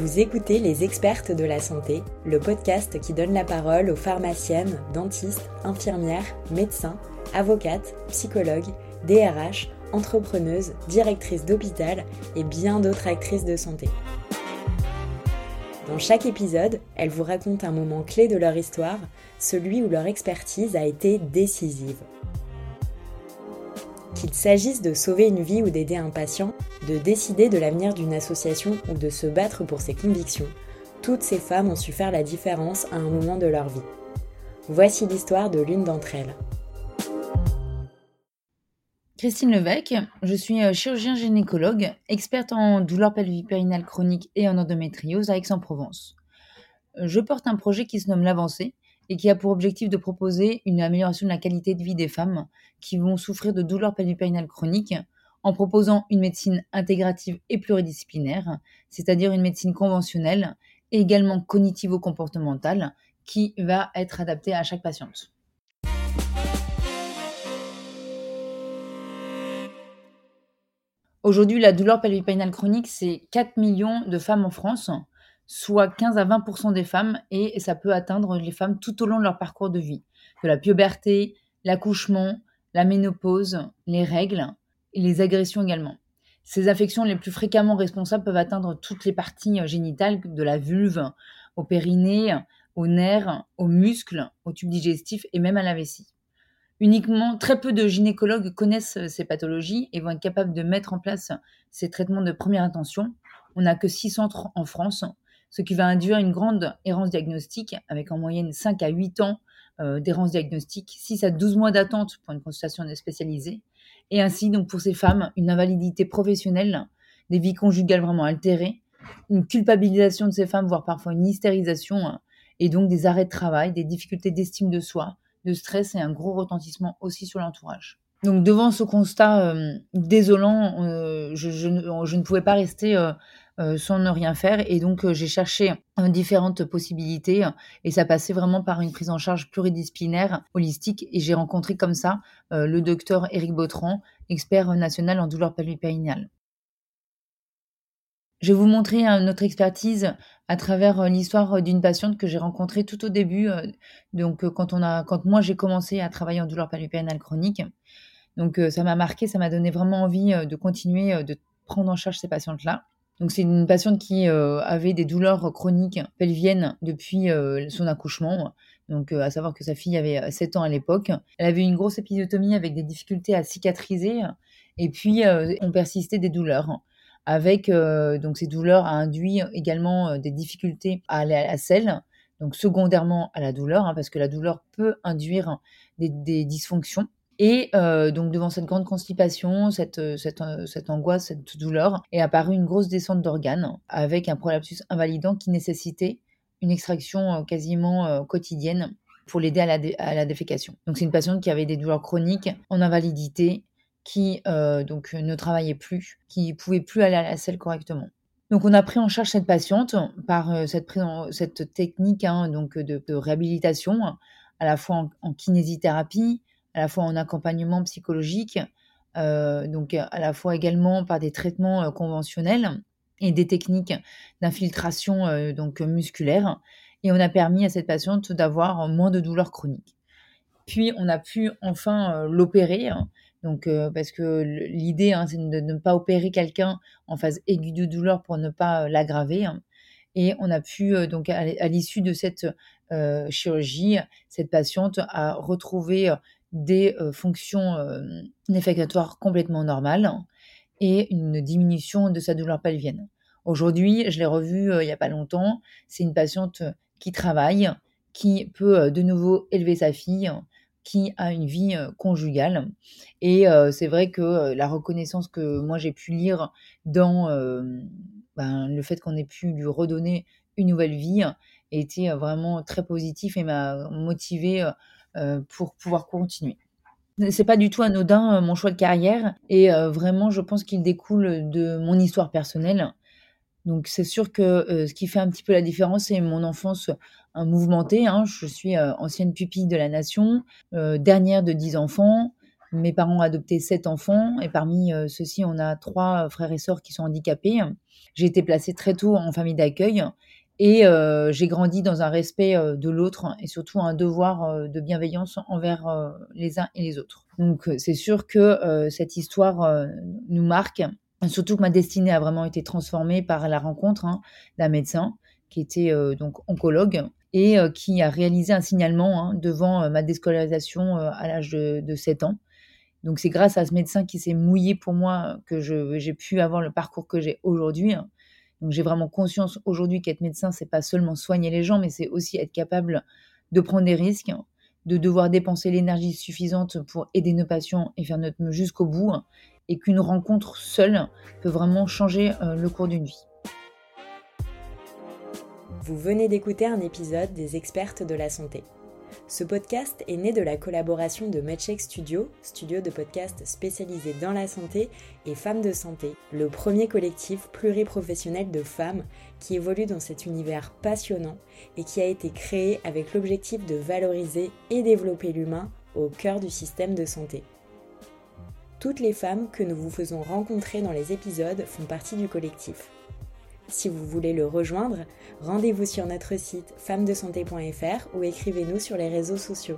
Vous écoutez Les Expertes de la Santé, le podcast qui donne la parole aux pharmaciennes, dentistes, infirmières, médecins, avocates, psychologues, DRH, entrepreneuses, directrices d'hôpital et bien d'autres actrices de santé. Dans chaque épisode, elles vous racontent un moment clé de leur histoire, celui où leur expertise a été décisive. Qu'il s'agisse de sauver une vie ou d'aider un patient, de décider de l'avenir d'une association ou de se battre pour ses convictions, toutes ces femmes ont su faire la différence à un moment de leur vie. Voici l'histoire de l'une d'entre elles. Christine Levesque, je suis chirurgien gynécologue, experte en douleurs pelvico-périnales chroniques et en endométriose à Aix-en-Provence. Je porte un projet qui se nomme l'Avancée et qui a pour objectif de proposer une amélioration de la qualité de vie des femmes qui vont souffrir de douleurs pelvico-périnales chroniques en proposant une médecine intégrative et pluridisciplinaire, c'est-à-dire une médecine conventionnelle et également cognitivo-comportementale qui va être adaptée à chaque patiente. Aujourd'hui, la douleur pelvico-périnale chronique, c'est 4 millions de femmes en France, soit 15 à 20% des femmes, et ça peut atteindre les femmes tout au long de leur parcours de vie, de la puberté, l'accouchement, la ménopause, les règles et les agressions également. Ces affections les plus fréquemment responsables peuvent atteindre toutes les parties génitales, de la vulve au périnée, aux nerfs, aux muscles, au tube digestif et même à la vessie. Uniquement très peu de gynécologues connaissent ces pathologies et vont être capables de mettre en place ces traitements de première intention. On n'a que 6 centres en France, ce qui va induire une grande errance diagnostique avec en moyenne 5 à 8 ans d'errance diagnostique, 6 à 12 mois d'attente pour une consultation spécialisée. Et ainsi, donc pour ces femmes, une invalidité professionnelle, des vies conjugales vraiment altérées, une culpabilisation de ces femmes, voire parfois une hystérisation, et donc des arrêts de travail, des difficultés d'estime de soi, de stress et un gros retentissement aussi sur l'entourage. Donc devant ce constat désolant, je ne pouvais pas rester sans ne rien faire et donc j'ai cherché différentes possibilités et ça passait vraiment par une prise en charge pluridisciplinaire, holistique et j'ai rencontré comme ça le docteur Éric Bautran, expert national en douleurs pelvico-périnales. Je vais vous montrer notre expertise à travers l'histoire d'une patiente que j'ai rencontrée tout au début, quand moi j'ai commencé à travailler en douleurs pelvico-périnales chroniques. Donc ça m'a marquée, ça m'a donné vraiment envie de continuer de prendre en charge ces patientes-là. Donc c'est une patiente qui avait des douleurs chroniques pelviennes depuis son accouchement. Donc à savoir que sa fille avait 7 ans à l'époque. Elle avait une grosse épisiotomie avec des difficultés à cicatriser et puis on persistait des douleurs. Avec donc ces douleurs a induit également des difficultés à aller à la selle, donc secondairement à la douleur, parce que la douleur peut induire des dysfonctions. Et donc devant cette grande constipation, cette angoisse, cette douleur, est apparue une grosse descente d'organes avec un prolapsus invalidant qui nécessitait une extraction quasiment quotidienne pour l'aider à la défécation. Donc c'est une patiente qui avait des douleurs chroniques en invalidité, qui donc ne travaillait plus, qui pouvait plus aller à la selle correctement. Donc on a pris en charge cette patiente par cette technique donc de réhabilitation, à la fois en kinésithérapie, à la fois en accompagnement psychologique, donc à la fois également par des traitements conventionnels et des techniques d'infiltration donc musculaire. Et on a permis à cette patiente d'avoir moins de douleurs chroniques. Puis on a pu enfin l'opérer, donc parce que l'idée, c'est de ne pas opérer quelqu'un en phase aiguë de douleur pour ne pas l'aggraver. Et on a pu donc à l'issue de cette chirurgie, cette patiente a retrouvé des fonctions défécatoires complètement normales et une diminution de sa douleur pelvienne. Aujourd'hui, je l'ai revue il y a pas longtemps. C'est une patiente qui travaille, qui peut de nouveau élever sa fille, qui a une vie conjugale. Et c'est vrai que la reconnaissance que moi j'ai pu lire dans le fait qu'on ait pu lui redonner une nouvelle vie était vraiment très positif et m'a motivée pour pouvoir continuer. C'est pas du tout anodin mon choix de carrière et vraiment je pense qu'il découle de mon histoire personnelle. Donc c'est sûr que ce qui fait un petit peu la différence, c'est mon enfance mouvementée, hein. Je suis ancienne pupille de la nation, dernière de 10 enfants, Mes parents ont adopté 7 enfants et parmi, ceux-ci, on a 3 frères et sœurs qui sont handicapés. J'ai été placée très tôt en famille d'accueil et j'ai grandi dans un respect, de l'autre et surtout un devoir, de bienveillance envers, les uns et les autres. Donc c'est sûr que, cette histoire, nous marque, surtout que ma destinée a vraiment été transformée par la rencontre, d'un médecin qui était, donc oncologue et qui a réalisé un signalement, devant, ma déscolarisation, à l'âge de 7 ans. Donc c'est grâce à ce médecin qui s'est mouillé pour moi que j'ai pu avoir le parcours que j'ai aujourd'hui. Donc j'ai vraiment conscience aujourd'hui qu'être médecin, c'est pas seulement soigner les gens, mais c'est aussi être capable de prendre des risques, de devoir dépenser l'énergie suffisante pour aider nos patients et faire notre mieux jusqu'au bout, et qu'une rencontre seule peut vraiment changer le cours d'une vie. Vous venez d'écouter un épisode des Expertes de la santé. Ce podcast est né de la collaboration de MedCheck Studio, studio de podcast spécialisé dans la santé, et Femmes de Santé, le premier collectif pluriprofessionnel de femmes qui évolue dans cet univers passionnant et qui a été créé avec l'objectif de valoriser et développer l'humain au cœur du système de santé. Toutes les femmes que nous vous faisons rencontrer dans les épisodes font partie du collectif. Si vous voulez le rejoindre, rendez-vous sur notre site femmesdesanté.fr ou écrivez-nous sur les réseaux sociaux.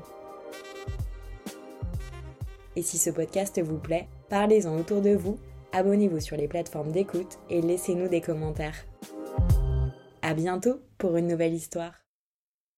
Et si ce podcast vous plaît, parlez-en autour de vous, abonnez-vous sur les plateformes d'écoute et laissez-nous des commentaires. À bientôt pour une nouvelle histoire.